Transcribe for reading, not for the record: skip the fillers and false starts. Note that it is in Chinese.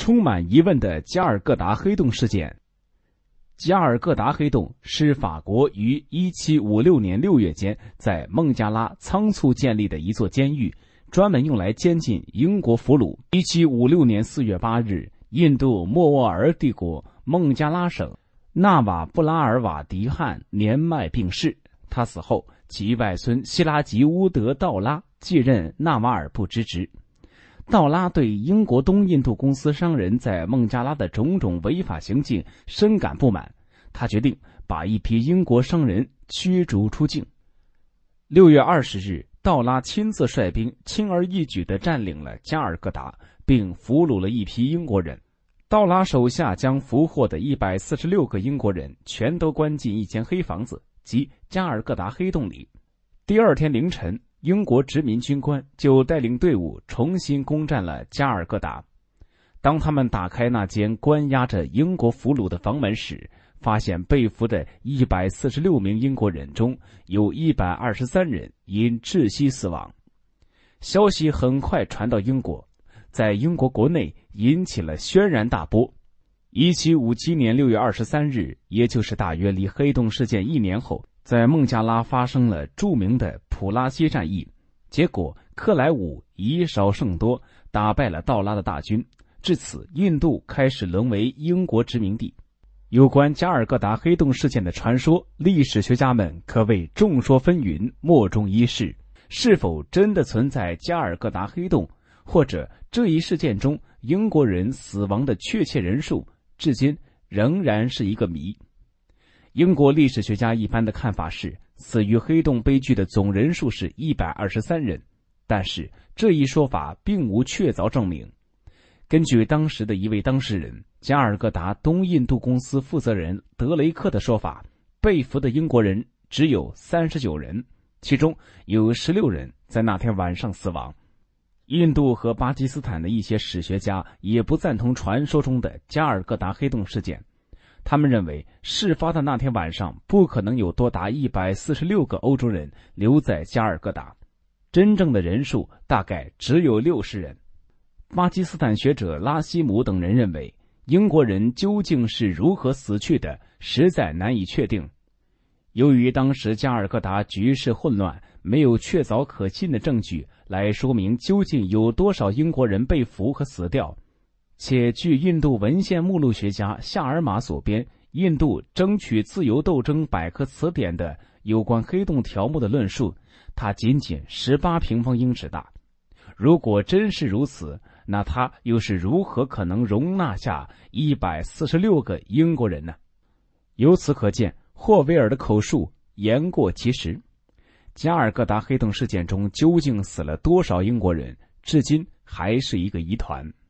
充满疑问的加尔各答黑洞事件。加尔各答黑洞是法国于1756年6月间在孟加拉仓促建立的一座监狱，专门用来监禁英国俘虏。1756年4月8日，印度莫卧儿帝国孟加拉省纳瓦布拉尔瓦迪汗年迈病逝，他死后其外孙希拉吉乌德道拉继任纳瓦尔部之职。道拉对英国东印度公司商人在孟加拉的种种违法行径深感不满，他决定把一批英国商人驱逐出境。6月20日，道拉亲自率兵轻而易举地占领了加尔各答，并俘虏了一批英国人。道拉手下将俘获的146个英国人全都关进一间黑房子，即加尔各答黑洞里。第二天凌晨，英国殖民军官就带领队伍重新攻占了加尔各答。当他们打开那间关押着英国俘虏的房门时，发现被俘的146名英国人中有123人因窒息死亡。消息很快传到英国，在英国国内引起了轩然大波。1757年6月23日，也就是大约离黑洞事件1年后，在孟加拉发生了著名的普拉西战役，结果克莱伍以少胜多打败了道拉的大军，至此印度开始沦为英国殖民地。有关加尔各答黑洞事件的传说，历史学家们可谓众说纷纭，莫衷一是。是否真的存在加尔各答黑洞，或者这一事件中英国人死亡的确切人数，至今仍然是一个谜。英国历史学家一般的看法是，死于黑洞悲剧的总人数是123人，但是这一说法并无确凿证明。根据当时的一位当事人，加尔各答东印度公司负责人德雷克的说法，被俘的英国人只有39人，其中有16人在那天晚上死亡。印度和巴基斯坦的一些史学家也不赞同传说中的加尔各答黑洞事件，他们认为事发的那天晚上不可能有多达146个欧洲人留在加尔各答，真正的人数大概只有60人。巴基斯坦学者拉希姆等人认为，英国人究竟是如何死去的，实在难以确定。由于当时加尔各答局势混乱，没有确凿可信的证据来说明究竟有多少英国人被俘和死掉，且据印度文献目录学家夏尔马所编《印度争取自由斗争百科词典》的有关黑洞条目的论述，它仅仅18平方英尺大。如果真是如此，那它又是如何可能容纳下146个英国人呢？由此可见，霍维尔的口述言过其实。加尔各答黑洞事件中究竟死了多少英国人，至今还是一个疑团。